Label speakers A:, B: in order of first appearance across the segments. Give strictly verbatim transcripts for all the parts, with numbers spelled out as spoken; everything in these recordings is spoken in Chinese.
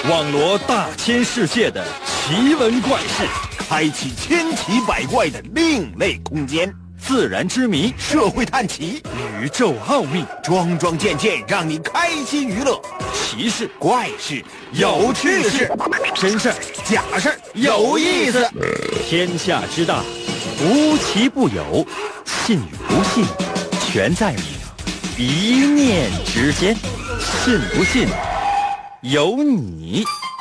A: 网罗大千世界的奇闻怪事，
B: 开启千奇百怪的另类空间，
A: 自然之谜，
B: 社会探奇，
A: 宇宙奥秘，
B: 桩桩件件让你开心娱乐。
A: 奇事
B: 怪事有趣事，
A: 真事
B: 假事有意思。
A: 天下之大，无奇不有，信与不信全在你一念之间。信不信由你。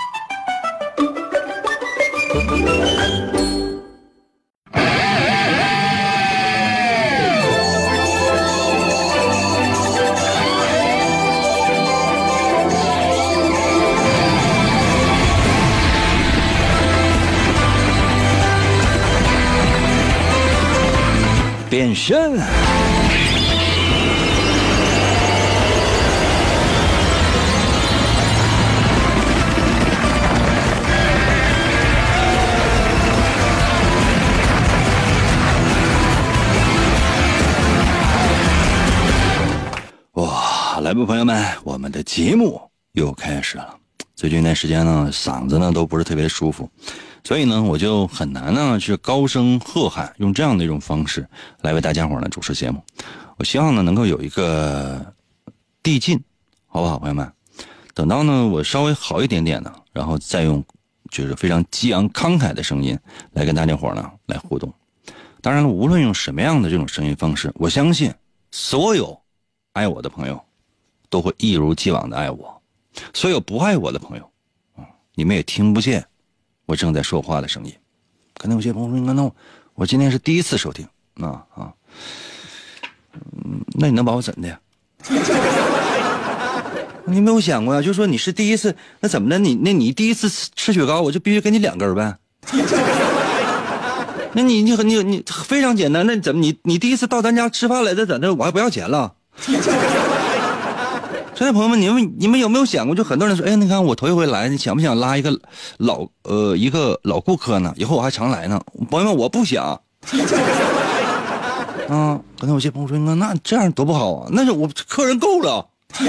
A: 变身哇，来吧朋友们，我们的节目又开始了。最近一段时间呢，嗓子呢都不是特别舒服，所以呢我就很难呢去高声喝喊，用这样的一种方式来为大家伙呢主持节目。我希望呢能够有一个递进，好不好朋友们？等到呢我稍微好一点点呢，然后再用就是非常激昂慷慨的声音来跟大家伙呢来互动。当然了，无论用什么样的这种声音方式，我相信所有爱我的朋友都会一如既往的爱我，所有不爱我的朋友，你们也听不见我正在说话的声音。可能有些朋友说，那我今天是第一次收听啊啊，嗯，那你能把我怎的呀？你没有想过呀？就说你是第一次，那怎么的？你那你第一次吃雪糕，我就必须给你两根呗。那你你你你非常简单，那怎么你你第一次到咱家吃饭来的，在这我还不要钱了？所以朋友们，你们你们有没有想过？就很多人说，哎，你看我头一回来，你想不想拉一个老呃一个老顾客呢？以后我还常来呢。朋友们，我不想。啊，刚才有些朋友说，那这样多不好啊！那是我客人够了。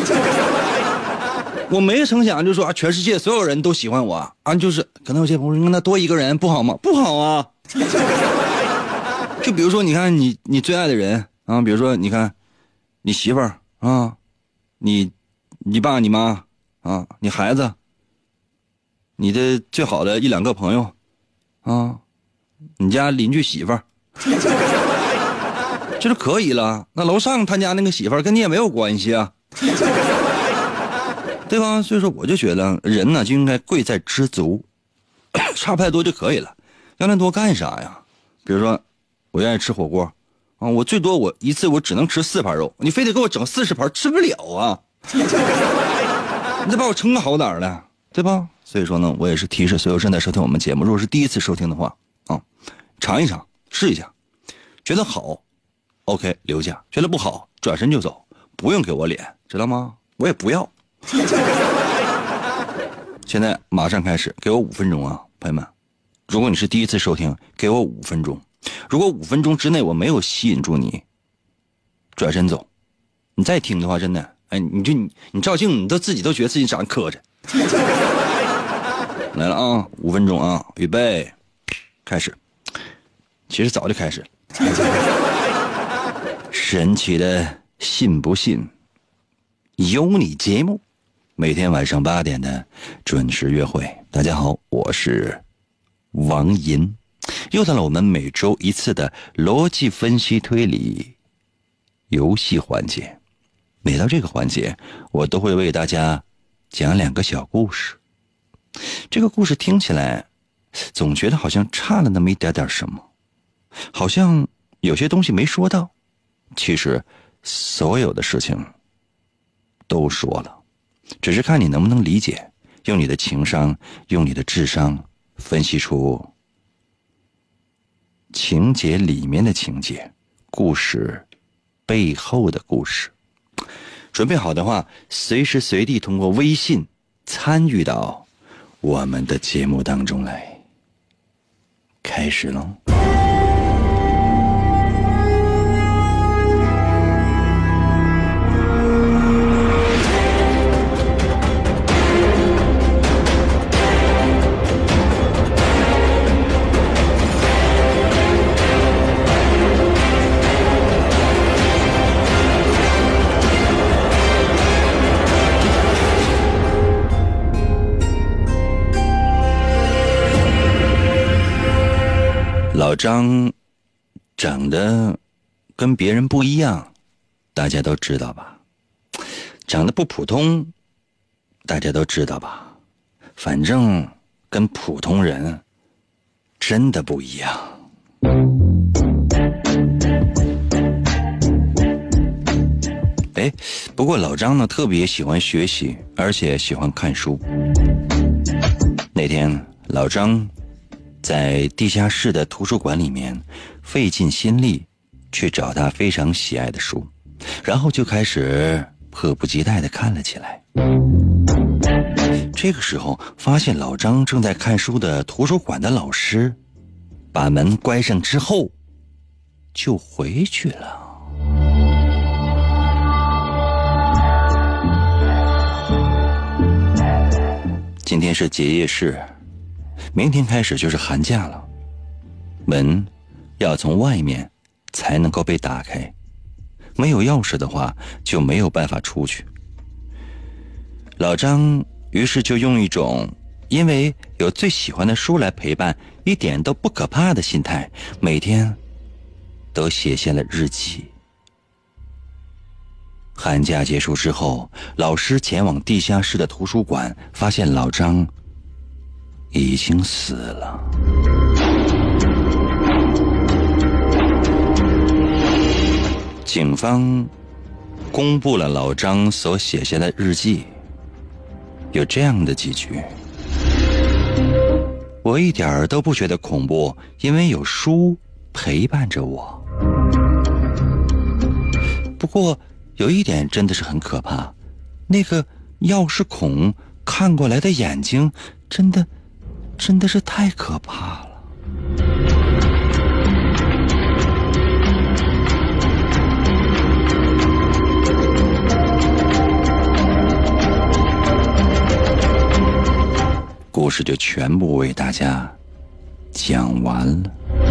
A: 我没成想就说啊，全世界所有人都喜欢我啊，就是可能有些朋友说，那多一个人不好吗？不好啊。就比如说，你看你你最爱的人啊，比如说你看你媳妇儿啊，你你爸你妈啊，你孩子，你的最好的一两个朋友啊，你家邻居媳妇儿，这就可以了。那楼上他家那个媳妇儿跟你也没有关系啊，对吧？所以说我就觉得人呢就应该贵在知足，差不太多就可以了。要那多干啥呀？比如说我愿意吃火锅啊，我最多我一次我只能吃四盘肉，你非得给我整四十盘，吃不了啊！你得把我撑个好点的，对吧？所以说呢，我也是提示所有正在收听我们节目，如果是第一次收听的话啊，尝一尝，试一下，觉得好 ，OK 留下；觉得不好，转身就走，不用给我脸，知道吗？我也不要。现在马上开始，给我五分钟啊，朋友们！如果你是第一次收听，给我五分钟。如果五分钟之内我没有吸引住你，转身走。你再听的话，真的，哎，你就你你照镜，你都自己都觉得自己长得磕碜。来了啊，五分钟啊，预备，开始。其实早就开始了。神奇的信不信由你节目，每天晚上八点的准时约会。大家好，我是王银，又到了我们每周一次的逻辑分析推理游戏环节。每到这个环节，我都会为大家讲两个小故事。这个故事听起来总觉得好像差了那么一点点什么，好像有些东西没说到，其实所有的事情都说了，只是看你能不能理解，用你的情商，用你的智商分析出情节里面的情节，故事背后的故事。准备好的话，随时随地通过微信参与到我们的节目当中来。开始喽。 老张长得跟别人不一样，大家都知道吧？长得不普通，大家都知道吧？反正跟普通人真的不一样。哎，不过老张呢特别喜欢学习，而且喜欢看书。那天老张在地下室的图书馆里面费尽心力去找他非常喜爱的书，然后就开始迫不及待地看了起来。这个时候发现老张正在看书的图书馆的老师把门关上之后就回去了。今天是结业式，明天开始就是寒假了，门要从外面才能够被打开，没有钥匙的话就没有办法出去。老张于是就用一种因为有最喜欢的书来陪伴，一点都不可怕的心态，每天都写下了日记。寒假结束之后，老师前往地下室的图书馆，发现老张已经死了。警方公布了老张所写下的日记，有这样的几句：我一点都不觉得恐怖，因为有书陪伴着我。不过有一点真的是很可怕，那个钥匙孔看过来的眼睛真的真的是太可怕了。故事就全部为大家讲完了。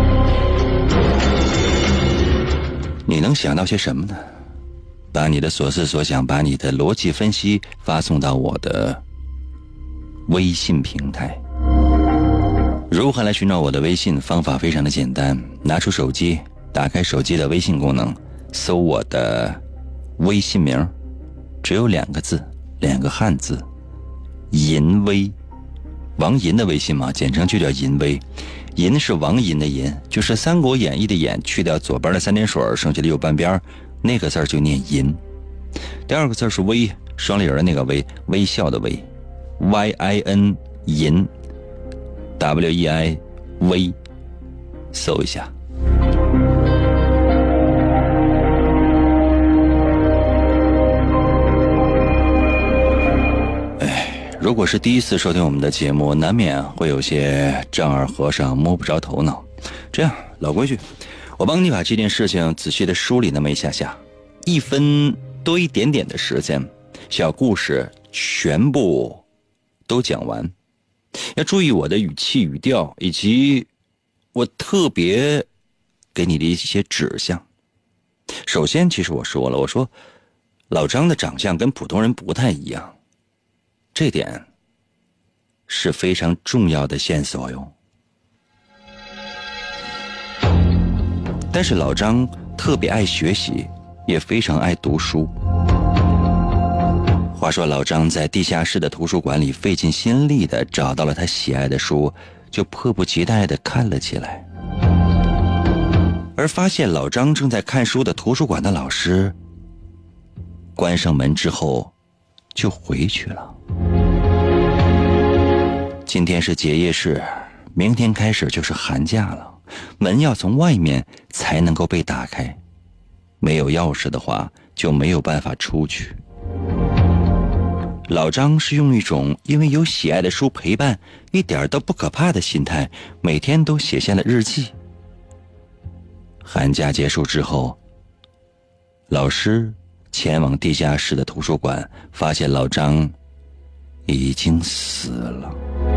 A: 你能想到些什么呢？把你的所思所想，把你的逻辑分析发送到我的微信平台。如何来寻找我的微信？方法非常的简单，拿出手机，打开手机的微信功能，搜我的微信名，只有两个字，两个汉字，淫威。王银的微信嘛，简称就叫淫威。银是王银的银，就是《三国演义》的演，去掉左边的三点水，剩下的右半边那个字就念银。第二个字是微，双立人的那个微，微笑的微 ，Y I N 银 ，W E I 微，搜一下。如果是第一次收听我们的节目，难免会有些丈二和尚摸不着头脑。这样，老规矩，我帮你把这件事情仔细的梳理那么一下下，一分多一点点的时间，小故事全部都讲完。要注意我的语气语调，以及我特别给你的一些指向。首先，其实我说了，我说老张的长相跟普通人不太一样，这点是非常重要的线索哟。但是老张特别爱学习，也非常爱读书。话说老张在地下室的图书馆里费尽心力地找到了他喜爱的书，就迫不及待地看了起来。而发现老张正在看书的图书馆的老师关上门之后就回去了。今天是结业式，明天开始就是寒假了，门要从外面才能够被打开，没有钥匙的话就没有办法出去。老张是用一种因为有喜爱的书陪伴，一点都不可怕的心态，每天都写下了日记。寒假结束之后，老师前往地下室的图书馆，发现老张已经死了。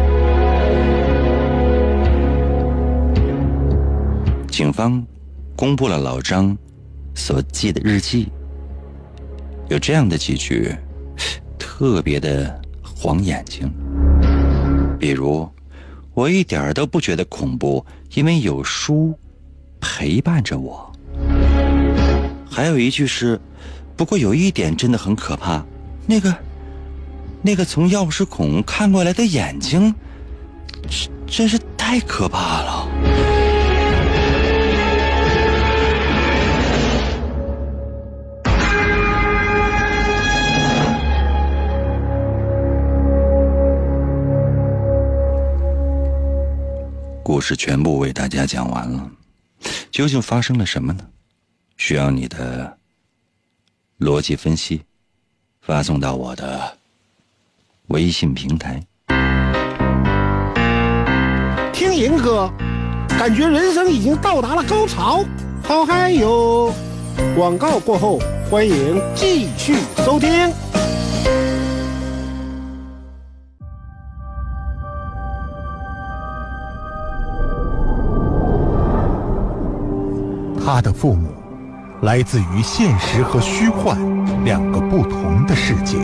A: 警方公布了老张所记的日记，有这样的几句特别的晃眼睛，比如我一点都不觉得恐怖，因为有书陪伴着我。还有一句是，不过有一点真的很可怕，那个那个从钥匙孔看过来的眼睛，真是太可怕了。故事全部为大家讲完了，究竟发生了什么呢？需要你的逻辑分析，发送到我的微信平台。
B: 听银哥，感觉人生已经到达了高潮，好嗨哟！广告过后，欢迎继续收听。
C: 他的父母来自于现实和虚幻两个不同的世界，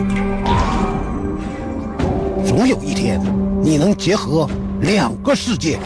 B: 总有一天你能结合两个世界。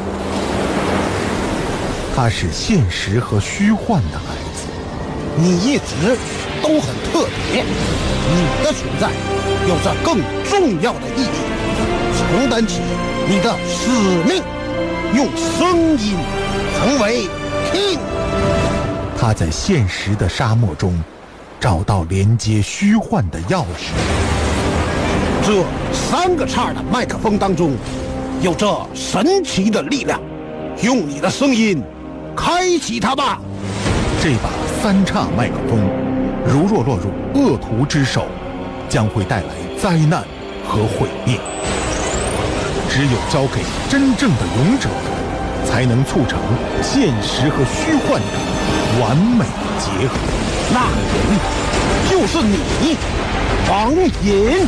C: 他是现实和虚幻的孩子，
B: 你一直都很特别，你的存在有着更重要的意义，承担起你的使命，用声音成为 King。
C: 他在现实的沙漠中找到连接虚幻的钥匙。
B: 这三个叉的麦克风当中有着神奇的力量，用你的声音开启它吧。
C: 这把三叉麦克风如若落入恶徒之手，将会带来灾难和毁灭。只有交给真正的勇者，才能促成现实和虚幻的完美结合。
B: 那个人就是你，王隐。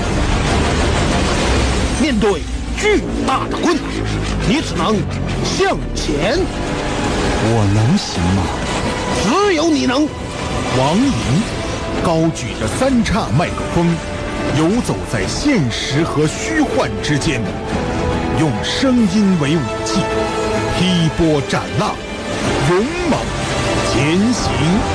B: 面对巨大的困难，你只能向前。
A: 我能行吗？
B: 只有你能。
C: 王隐高举着三叉麦克风，游走在现实和虚幻之间，用声音为武器，劈波斩浪，勇猛前行。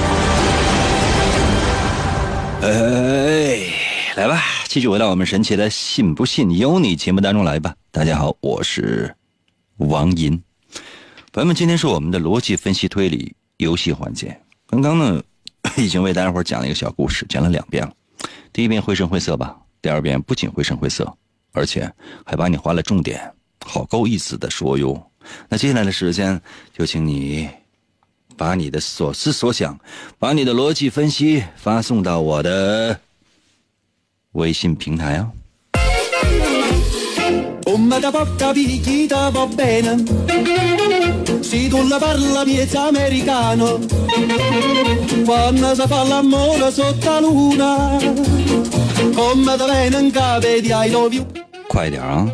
A: 哎，来吧，继续回到我们神奇的信不信由你节目当中来吧。大家好，我是王银。朋友们，今天是我们的逻辑分析推理游戏环节。刚刚呢，已经为大家伙讲了一个小故事，讲了两遍了。第一遍绘声绘色吧，第二遍不仅绘声绘色，而且还把你画了重点，好够意思的说哟。那接下来的时间，就请你把你的所思所想，把你的逻辑分析发送到我的微信平台啊。
D: Come da porca picchita va bene, se tu la parla miezza americano, quando si fa l'amore sotto la luna, come da bene in capo di I love you.
A: 快点啊！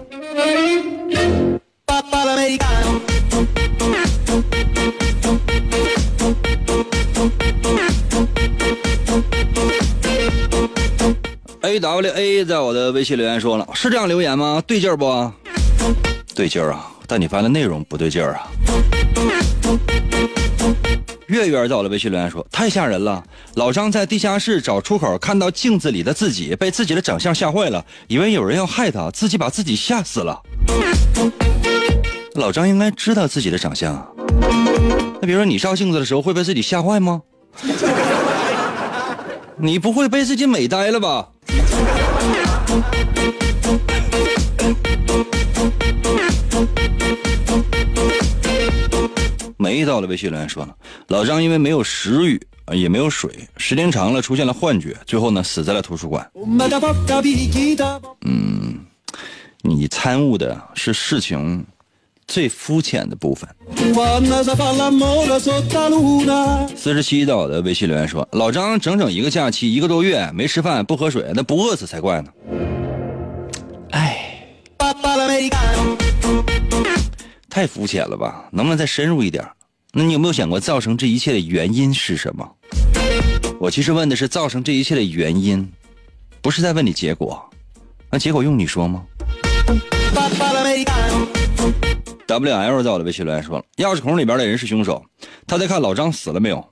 D: Papa l'americano.
A: A W A 在我的微信留言说了，是这样留言吗？对劲儿不？对劲儿啊，但你发的内容不对劲儿啊。月月在我的微信留言说，太吓人了，老张在地下室找出口，看到镜子里的自己，被自己的长相吓坏了，以为有人要害他，自己把自己吓死了。老张应该知道自己的长相啊，那比如说你照镜子的时候会被自己吓坏吗？你不会被自己美呆了吧？梅到了微信留言说了，老张因为没有食欲也没有水，时间长了出现了幻觉，最后呢死在了图书馆。嗯，你参悟的是事情最肤浅的部分。四十七到的微信留言说，老张整整一个假期一个多月没吃饭不喝水，那不饿死才怪呢。哎，太肤浅了吧，能不能再深入一点？那你有没有想过造成这一切的原因是什么？我其实问的是造成这一切的原因，不是在问你结果。那结果用你说吗？ W L 在我的微信留言说了，钥匙孔里边的人是凶手，他在看老张死了没有。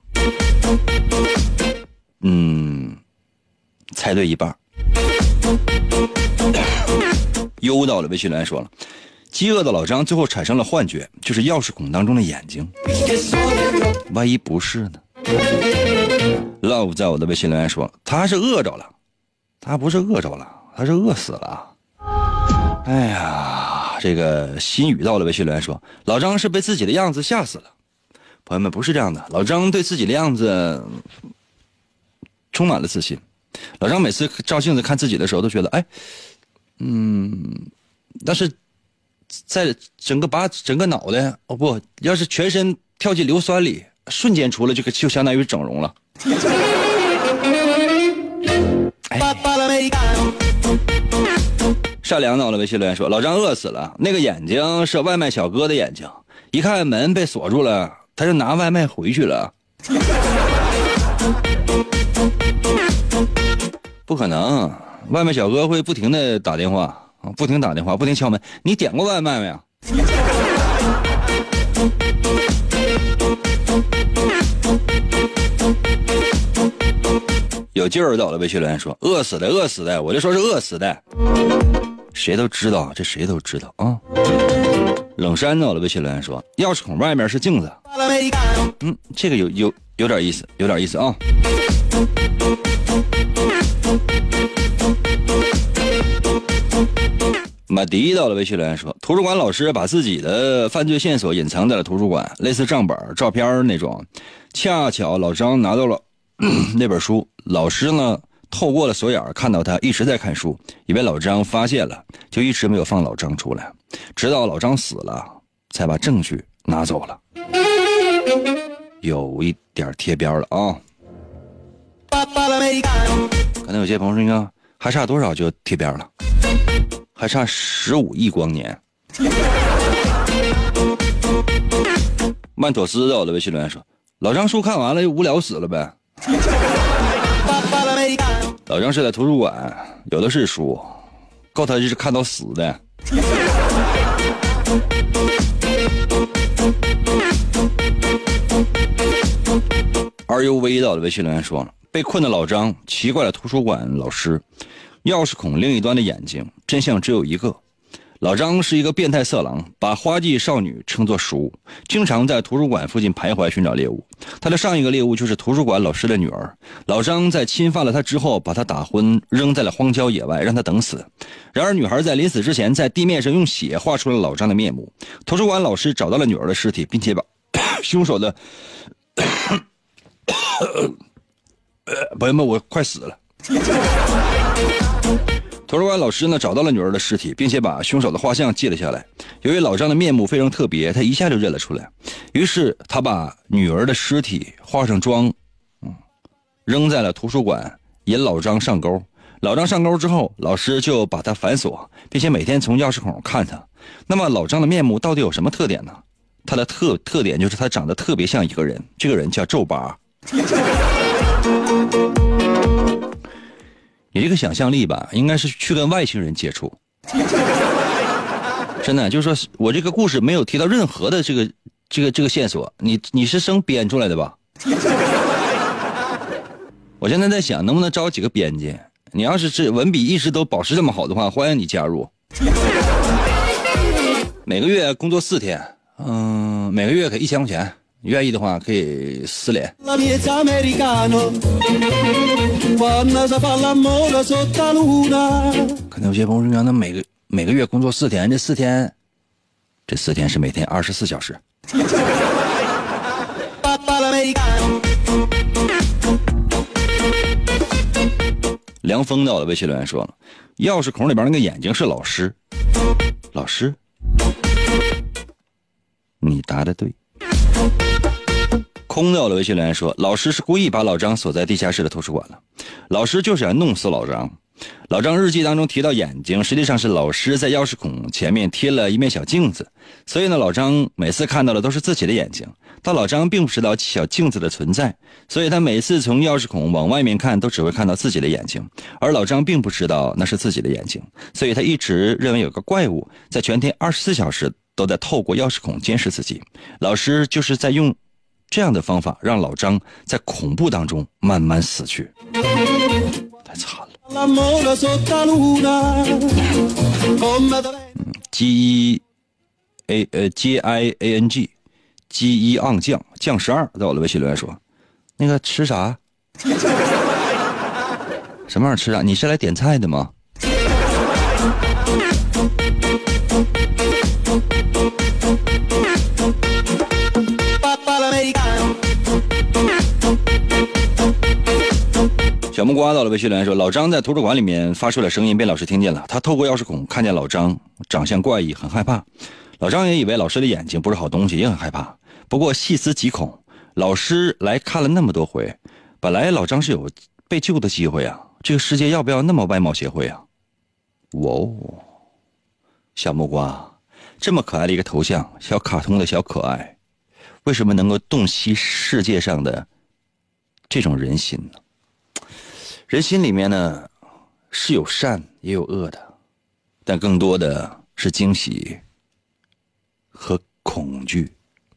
A: 嗯，猜对一半。优到了微信留言说了，饥饿的老张最后产生了幻觉，就是钥匙孔当中的眼睛，万一不是呢？ Love 在我的微信留言说，他是饿着了，他不是饿着了，他是饿死了。哎呀，这个心语到了微信留言说，老张是被自己的样子吓死了。朋友们，不是这样的，老张对自己的样子充满了自信。老张每次照镜子看自己的时候都觉得，哎，嗯，但是在整个把整个脑袋，哦不，要是全身跳进硫酸里，瞬间出来就就相当于整容了。哎，善良到了微信留言说，老张饿死了，那个眼睛是外卖小哥的眼睛，一看门被锁住了，他就拿外卖回去了。不可能，外卖小哥会不停的打电话，不停打电话，不停敲门，你点过外卖没有？有劲儿到了微信留言说，饿死的饿死的，我就说是饿死的，谁都知道，这谁都知道啊。冷山到了微信留言说，钥匙孔外面是镜子。嗯，这个有有有点意思，有点意思啊。马迪到了微信留言说，图书馆老师把自己的犯罪线索隐藏在了图书馆，类似账本、照片那种。恰巧老张拿到了那本书，老师呢透过了锁眼看到他一直在看书，以为老张发现了，就一直没有放老张出来，直到老张死了才把证据拿走了。有一点贴边了啊。可能有些朋友说，你看还差多少就贴边了，还差十五亿光年。曼妥斯在我的微信留言说，老张书看完了又无聊死了呗。老张是在图书馆，有的是书，够他就是看到死的。R U V 到的微信留言说，被困的老张奇怪了图书馆老师，钥匙孔另一端的眼睛，真相只有一个。老张是一个变态色狼，把花季少女称作熟，经常在图书馆附近徘徊寻找猎物。他的上一个猎物就是图书馆老师的女儿。老张在侵犯了她之后，把她打昏，扔在了荒郊野外，让她等死。然而女孩在临死之前，在地面上用血画出了老张的面目。图书馆老师找到了女儿的尸体，并且把凶手的朋友们，我快死了。图书馆老师呢找到了女儿的尸体，并且把凶手的画像记了下来。由于老张的面目非常特别，他一下就认了出来，于是他把女儿的尸体化上妆，嗯，扔在了图书馆，引老张上钩。老张上钩之后，老师就把他反锁，并且每天从钥匙孔看他。那么老张的面目到底有什么特点呢？他的特特点就是他长得特别像一个人，这个人叫皱巴。你这个想象力吧，应该是去跟外星人接触。真的，就是说我这个故事没有提到任何的这个这个这个线索，你你是生编出来的吧？我现在在想，能不能招几个编辑？你要是这文笔一直都保持这么好的话，欢迎你加入。每个月工作四天，嗯，每个月给一千块钱。愿意的话可以私联。可能有些朋友说，那每个每个月工作四天，这四天，这四天是每天二十四小时。梁峰到了微信留言说了，钥匙孔里边那个眼睛是老师，老师，你答得对。空掉了微信留言说，老师是故意把老张锁在地下室的图书馆了，老师就是想弄死老张。 老张日记当中提到眼睛，实际上是老师在钥匙孔前面贴了一面小镜子，所以呢，老张每次看到的都是自己的眼睛。但老张并不知道小镜子的存在，所以他每次从钥匙孔往外面看都只会看到自己的眼睛，而老张并不知道那是自己的眼睛，所以他一直认为有个怪物在全天二十四小时都在透过钥匙孔监视自己。老师就是在用这样的方法让老张在恐怖当中慢慢死去。太惨了。嗯 G A 呃 G I A N G G 一昂酱酱十二在我的微信留言说，那个吃啥？什么玩意儿吃啥？你是来点菜的吗？小木瓜到了微信留言说，老张在图书馆里面发出了声音，被老师听见了。他透过钥匙孔看见老张长相怪异，很害怕。老张也以为老师的眼睛不是好东西，也很害怕。不过细思极恐，老师来看了那么多回，本来老张是有被救的机会啊，这个世界要不要那么外貌协会啊？哇哦，小木瓜这么可爱的一个头像，小卡通的小可爱，为什么能够洞悉世界上的这种人心呢？人心里面呢是有善也有恶的，但更多的是惊喜和恐惧。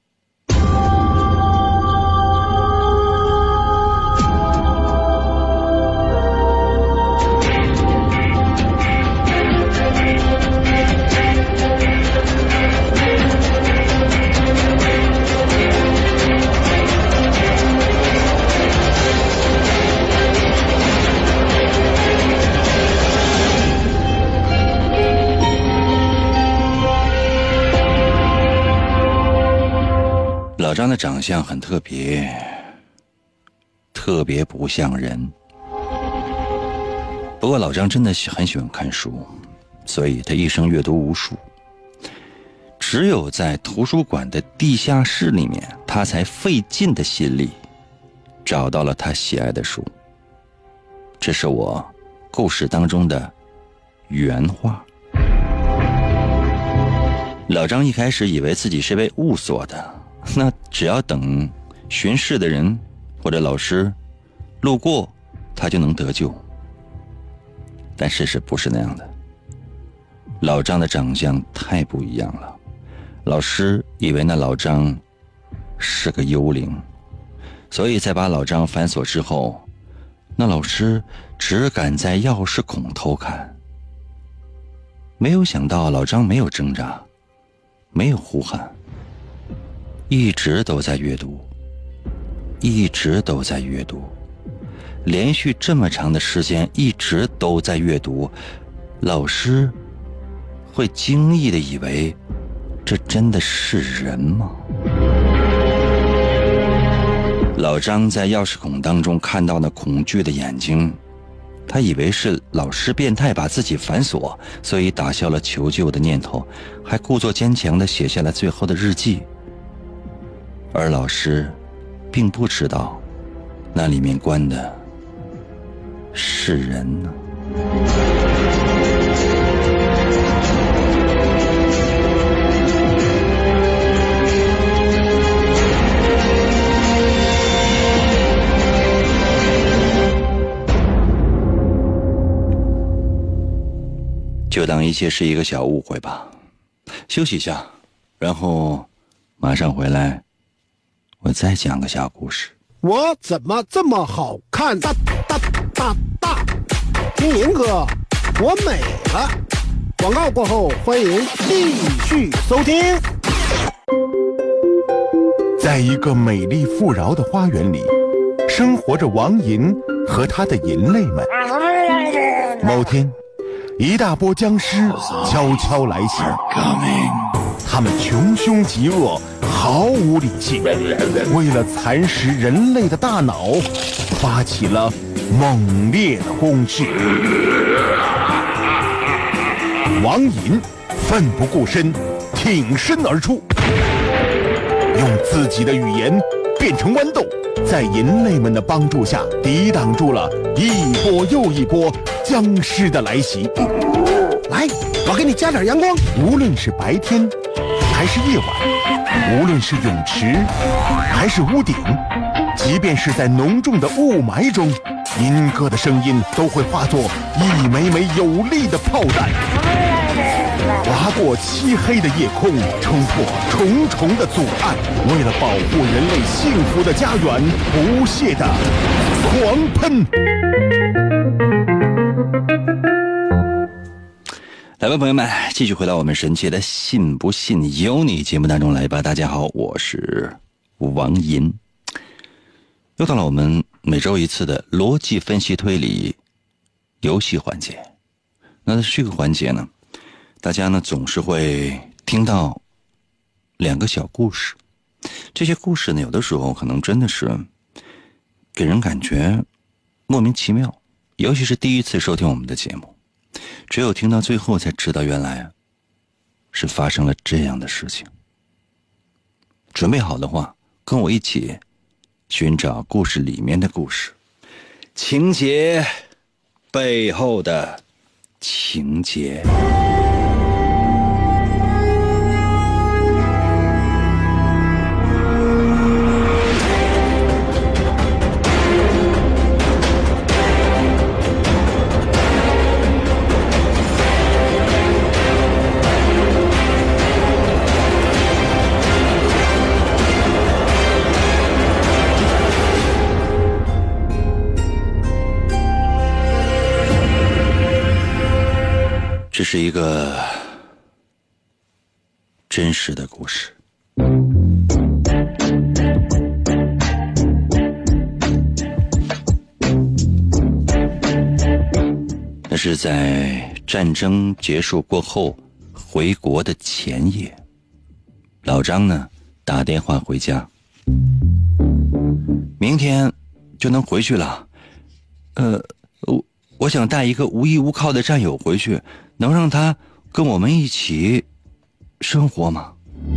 A: 老张的长相很特别，特别不像人。不过老张真的很喜欢看书，所以他一生阅读无数。只有在图书馆的地下室里面，他才费尽的心力找到了他喜爱的书。这是我故事当中的原话。老张一开始以为自己是被误锁的，那只要等巡视的人或者老师路过，他就能得救。但事实不是那样的，老张的长相太不一样了。老师以为那老张是个幽灵，所以在把老张反锁之后，那老师只敢在钥匙孔偷看。没有想到老张没有挣扎，没有呼喊，一直都在阅读，一直都在阅读，连续这么长的时间一直都在阅读，老师会惊异地以为这真的是人吗？老张在钥匙孔当中看到那恐惧的眼睛，他以为是老师变态把自己反锁，所以打消了求救的念头，还故作坚强地写下了最后的日记。而老师并不知道那里面关的是人呢。就当一切是一个小误会吧，休息一下，然后马上回来，我再讲个小故事。
B: 我怎么这么好看？大大大大！听银哥，我美了。广告过后，欢迎继续收听。
C: 在一个美丽富饶的花园里，生活着王银和他的银类们。某天，一大波僵尸悄悄来袭，他们穷凶极恶，毫无理性，为了蚕食人类的大脑，发起了猛烈的攻势。王银奋不顾身，挺身而出，用自己的语言变成豌豆， 在银类们的帮助下，抵挡住了一波又一波僵尸的来袭。
B: 来，我给你加点阳光。
C: 无论是白天还是夜晚，无论是泳池还是屋顶，即便是在浓重的雾霾中，银哥的声音都会化作一枚枚有力的炮弹，划过漆黑的夜空，冲破重重的阻碍，为了保护人类幸福的家园，不懈的狂喷。
A: 来吧，朋友们，继续回到我们神奇的信不信由你节目当中来吧。大家好，我是王银，又到了我们每周一次的逻辑分析推理游戏环节。那在这个环节呢，大家呢总是会听到两个小故事，这些故事呢有的时候可能真的是给人感觉莫名其妙，尤其是第一次收听我们的节目，只有听到最后才知道原来是发生了这样的事情。准备好的话，跟我一起寻找故事里面的故事，情节背后的情节。这是一个真实的故事。那是在战争结束过后回国的前夜，老张呢打电话回家，明天就能回去了。呃，我我想带一个无依无靠的战友回去，能让他跟我们一起生活吗？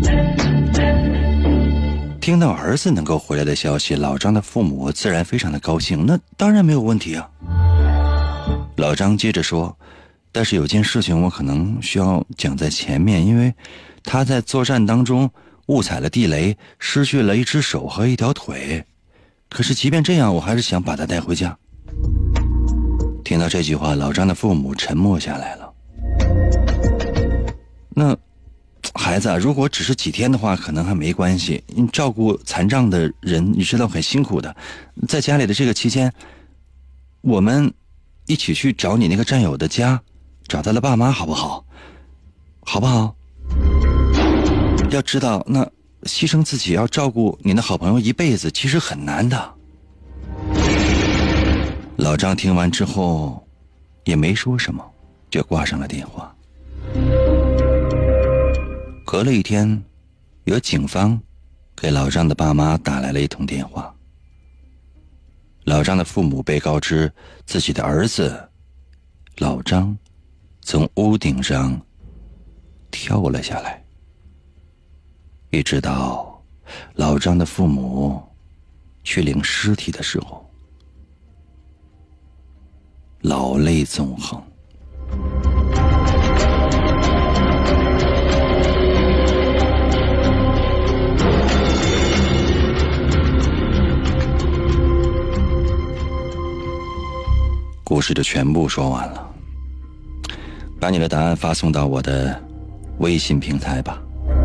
A: 听到儿子能够回来的消息，老张的父母自然非常的高兴，那当然没有问题啊。老张接着说，但是有件事情我可能需要讲在前面，因为他在作战当中误踩了地雷，失去了一只手和一条腿，可是即便这样，我还是想把他带回家。听到这句话，老张的父母沉默下来了。那孩子啊，如果只是几天的话可能还没关系，你照顾残障的人你知道很辛苦的，在家里的这个期间，我们一起去找你那个战友的家，找他的爸妈好不好？好不好？要知道那牺牲自己要照顾你的好朋友一辈子其实很难的。老张听完之后也没说什么，就挂上了电话。隔了一天，有警方给老张的爸妈打来了一通电话。老张的父母被告知自己的儿子老张从屋顶上跳了下来，一直到老张的父母去领尸体的时候，老泪纵横。故事就全部说完了，把你的答案发送到我的微信平台吧。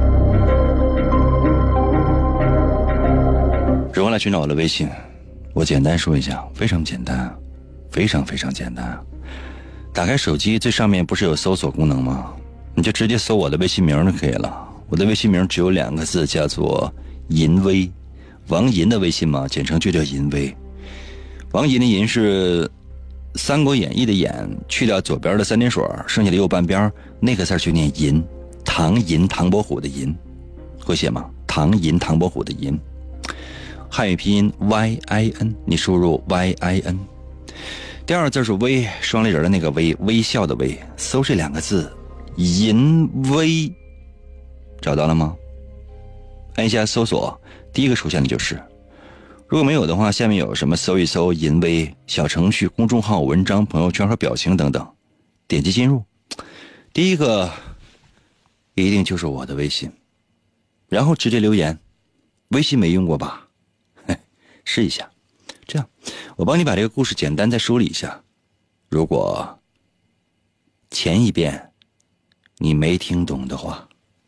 A: 如何来寻找我的微信？我简单说一下，非常简单，非常非常简单。打开手机最上面不是有搜索功能吗？你就直接搜我的微信名就可以了。我的微信名只有两个字，叫做银威，王银的微信嘛，简称就叫银威。王银的银是三国演义的演，去掉左边的三点水，剩下的右半边那个字就念银，唐银唐伯虎的银，会写吗？唐银唐伯虎的银，汉语拼音 Y I N， 你输入 Y I N。 第二个字是微，双立人的那个微，微笑的微，搜这两个字银微，找到了吗？按一下搜索，第一个出现的就是如果没有的话，下面有什么搜一搜淫威小程序、公众号、文章、朋友圈和表情等等，点击进入。第一个一定就是我的微信，然后直接留言。微信没用过吧？嘿，试一下。这样，我帮你把这个故事简单再梳理一下。如果前一遍你没听懂的话，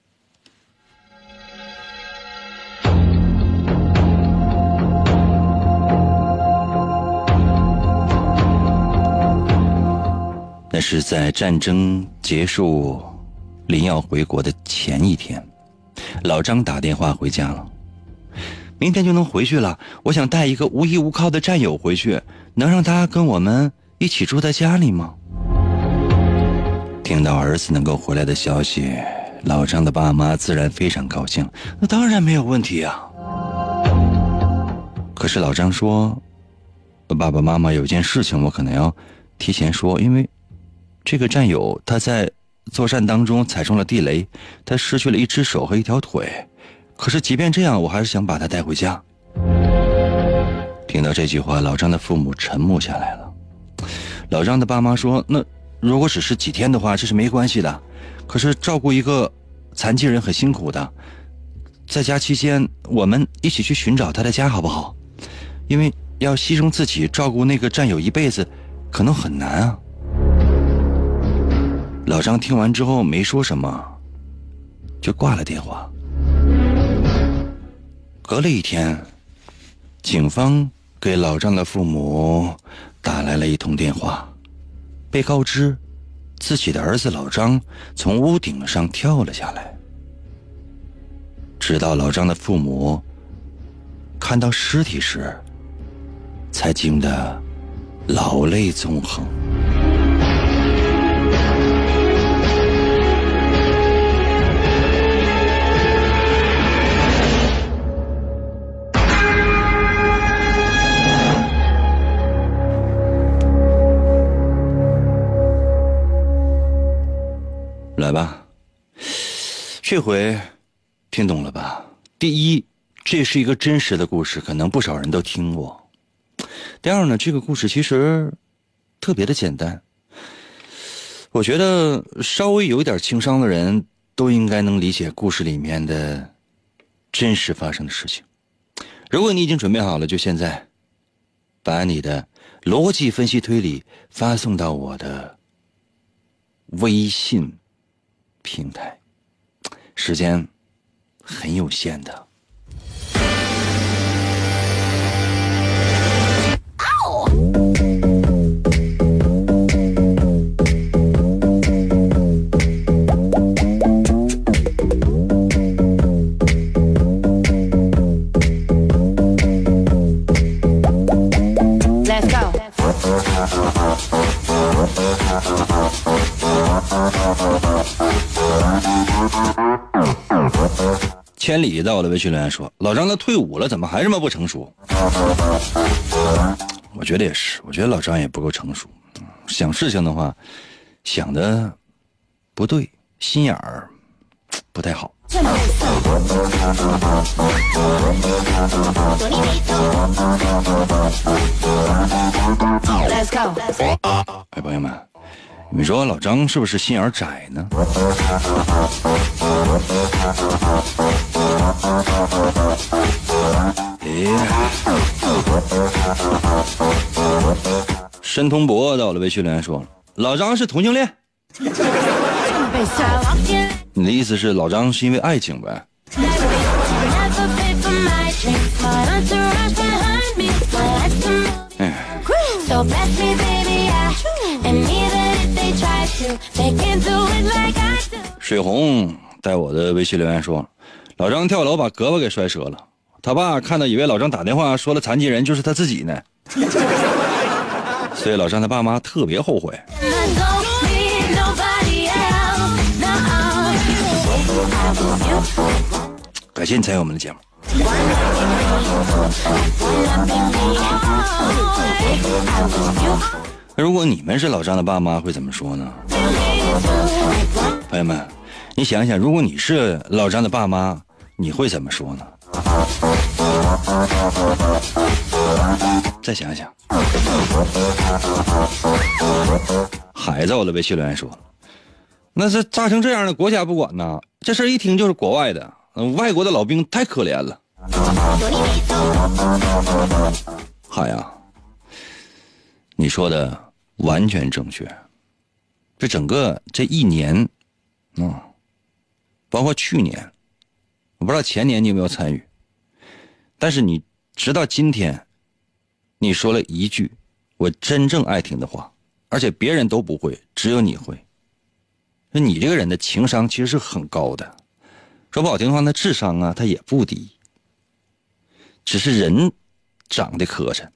A: 那是在战争结束临要回国的前一天，老张打电话回家了。明天就能回去了，我想带一个无依无靠的战友回去，能让他跟我们一起住在家里吗？听到儿子能够回来的消息，老张的爸妈自然非常高兴，那当然没有问题啊。可是老张说，爸爸妈妈有件事情我可能要提前说，因为这个战友他在作战当中踩中了地雷，他失去了一只手和一条腿，可是即便这样，我还是想把他带回家。听到这句话，老张的父母沉默下来了。老张的爸妈说，那如果只是几天的话，这是没关系的，可是照顾一个残疾人很辛苦的，在家期间我们一起去寻找他的家好不好？因为要牺牲自己照顾那个战友一辈子可能很难啊。老张听完之后没说什么，就挂了电话。隔了一天，警方给老张的父母打来了一通电话，被告知自己的儿子老张从屋顶上跳了下来。直到老张的父母看到尸体时，才惊得老泪纵横。来吧，这回听懂了吧？第一，这是一个真实的故事，可能不少人都听过。第二呢，这个故事其实特别的简单，我觉得稍微有一点情商的人都应该能理解故事里面的真实发生的事情。如果你已经准备好了，就现在把你的逻辑分析推理发送到我的微信平台，时间很有限的。千里到了微信留言说，老张他退伍了，怎么还这么不成熟？我觉得也是，我觉得老张也不够成熟，想事情的话想的不对，心眼儿不太好。哎，朋友们，你们说老张是不是心眼窄呢？申通博到了微信留言说，老张是同性恋。你的意思是老张是因为爱情呗？哎，水红在我的微信留言说，老张跳楼把胳膊给摔折了，他爸看到以为老张打电话说了残疾人就是他自己呢，所以老张他爸妈特别后悔。感谢你参与我们的节目。如果你们是老张的爸妈会怎么说呢？朋友们，你想想，如果你是老张的爸妈，你会怎么说呢？ 再想想，海在我的微信留言说，那是炸成这样的国家不管呐，这事一听就是国外的，外国的老兵太可怜了。海呀，你说的完全正确。这整个这一年，嗯，包括去年，我不知道前年你有没有参与，但是你直到今天，你说了一句我真正爱听的话，而且别人都不会，只有你会。你这个人的情商其实是很高的，说不好听的话，那智商啊，他也不低，只是人长得磕碜。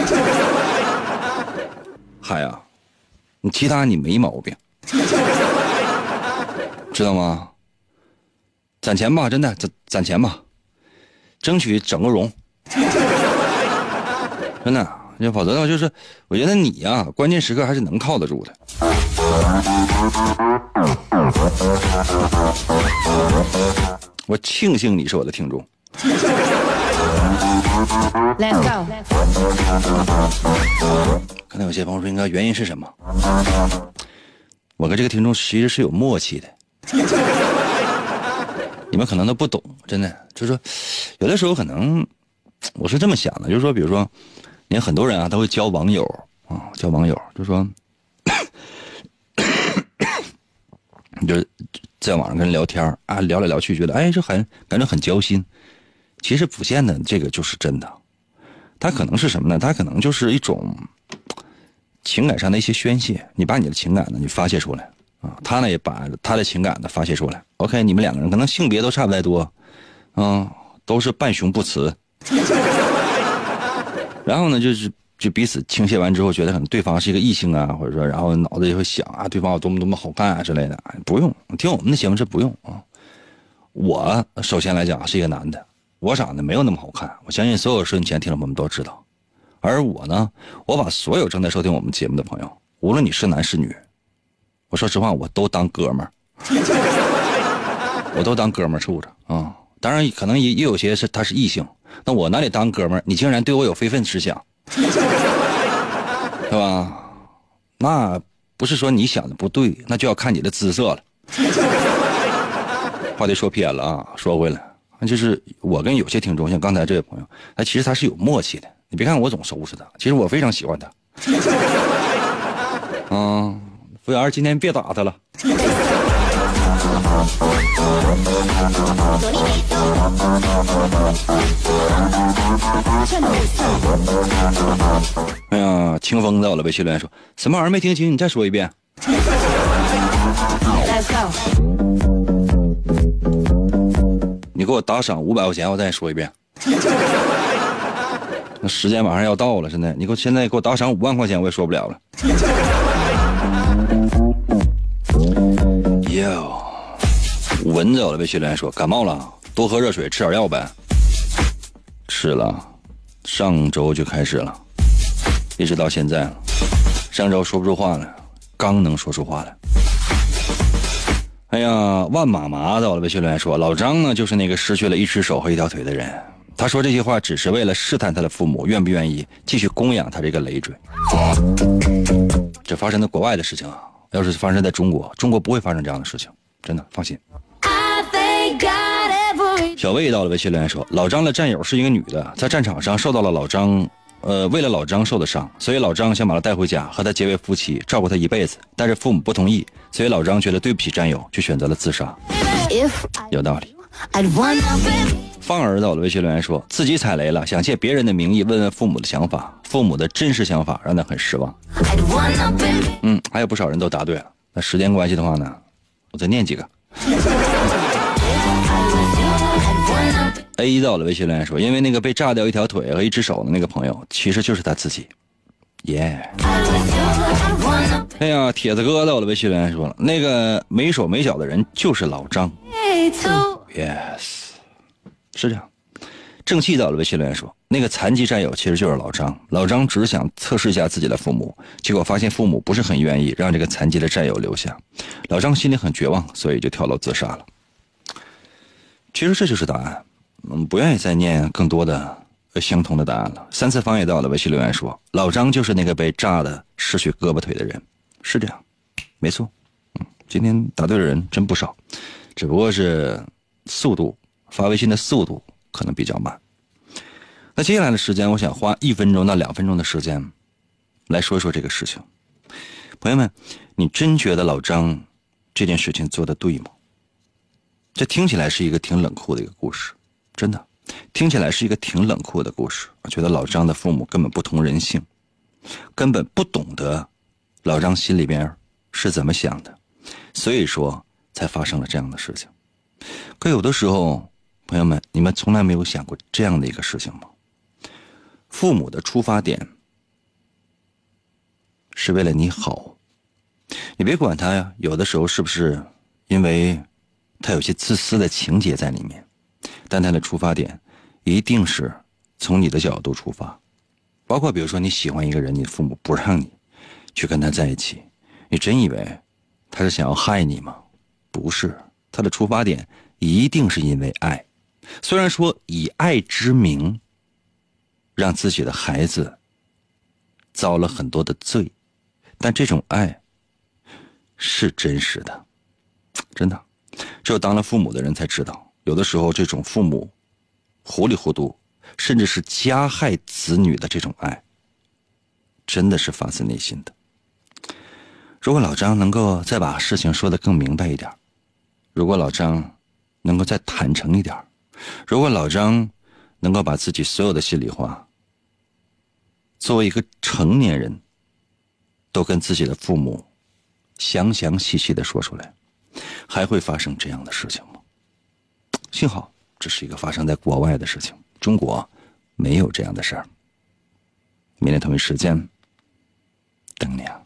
A: 嗨呀，你其他你没毛病，知道吗？攒钱吧，真的攒攒钱吧，争取整个容。真的，要否则的话，就是我觉得你呀、啊，关键时刻还是能靠得住的。我庆幸你是我的听众。
E: Let's go。
A: 可能有些朋友说，应该原因是什么？我跟这个听众其实是有默契的。你们可能都不懂，真的，就是说，有的时候可能我是这么想的，就是说，比如说，你看很多人啊，他会交网友啊，交网友，就是说，就是在网上跟人聊天啊，聊来聊去，觉得哎，这很感觉很交心。其实不见得这个就是真的，它可能是什么呢？它可能就是一种情感上的一些宣泄，你把你的情感呢，你发泄出来啊，他呢也把他的情感呢发泄出来。OK， 你们两个人可能性别都差不太多，嗯，都是半雄不雌，然后呢就是就彼此倾泻完之后，觉得可能对方是一个异性啊，或者说然后脑子也会想啊，对方有多么多么好看啊之类的。不用听我们的节目，这不用啊。我首先来讲是一个男的。我长得没有那么好看，我相信所有收音机前听众朋友们都知道。而我呢，我把所有正在收听我们节目的朋友，无论你是男是女，我说实话，我都当哥们儿，我都当哥们儿处着啊、嗯。当然，可能也也有些是他是异性，那我哪里当哥们儿？你竟然对我有非分之想，对吧？那不是说你想的不对，那就要看你的姿色了。话题说偏了啊，说回来。就是我跟有些听众，像刚才这位朋友，他其实他是有默契的。你别看我总收拾他，其实我非常喜欢他。嗯，服务员今天别打他了。哎呀，清风在我的微信留言说，什么玩意儿没听清？你再说一遍。你给我打赏五百块钱，我再说一遍。那时间马上要到了，现在你给我现在给我打赏五万块钱，我也说不了了。哟，蚊子我的微信留言说感冒了，多喝热水，吃点药呗。吃了，上周就开始了，一直到现在了。上周说不出话来，刚能说出话来。哎呀，万马麻的，我的微信留言说，老张呢就是那个失去了一只手和一条腿的人。他说这些话只是为了试探他的父母愿不愿意继续供养他这个累赘。这发生在国外的事情啊，要是发生在中国，中国不会发生这样的事情，真的放心。小魏到了微信留言说，老张的战友是一个女的，在战场上受到了老张呃，为了老张受的伤，所以老张想把他带回家，和他结为夫妻，照顾他一辈子。但是父母不同意，所以老张觉得对不起战友，就选择了自杀。有道理。放儿子，我的微信留言说，自己踩雷了，想借别人的名义问问父母的想法，父母的真实想法让他很失望。嗯，还有不少人都答对了。那时间关系的话呢，我再念几个。A 到了微信留言说，因为那个被炸掉一条腿和一只手的那个朋友，其实就是他自己。耶、yeah ！哎呀，铁子哥到了微信留言说了，那个没手没脚的人就是老张。Yes， 是这样。正气到了微信留言说，那个残疾战友其实就是老张，老张只是想测试一下自己的父母，结果发现父母不是很愿意让这个残疾的战友留下，老张心里很绝望，所以就跳楼自杀了。其实这就是答案。嗯，不愿意再念更多的相同的答案了。三次方也到了，微信留言说老张就是那个被炸的失去胳膊腿的人。是这样，没错。嗯，今天答对的人真不少，只不过是速度发微信的速度可能比较慢。那接下来的时间，我想花一分钟到两分钟的时间来说一说这个事情。朋友们，你真觉得老张这件事情做得对吗？这听起来是一个挺冷酷的一个故事，真的听起来是一个挺冷酷的故事。我觉得老张的父母根本不通人性，根本不懂得老张心里边是怎么想的，所以说才发生了这样的事情。可有的时候，朋友们，你们从来没有想过这样的一个事情吗？父母的出发点是为了你好，你别管他呀，有的时候是不是因为他有些自私的情节在里面，但他的出发点一定是从你的角度出发。包括比如说你喜欢一个人，你父母不让你去跟他在一起，你真以为他是想要害你吗？不是，他的出发点一定是因为爱。虽然说以爱之名让自己的孩子遭了很多的罪，但这种爱是真实的，真的。只有当了父母的人才知道，有的时候这种父母糊里糊涂甚至是加害子女的这种爱，真的是发自内心的。如果老张能够再把事情说得更明白一点，如果老张能够再坦诚一点，如果老张能够把自己所有的心里话作为一个成年人都跟自己的父母详详细细地说出来，还会发生这样的事情吗？幸好这是一个发生在国外的事情，中国没有这样的事儿。明天同一时间等你啊。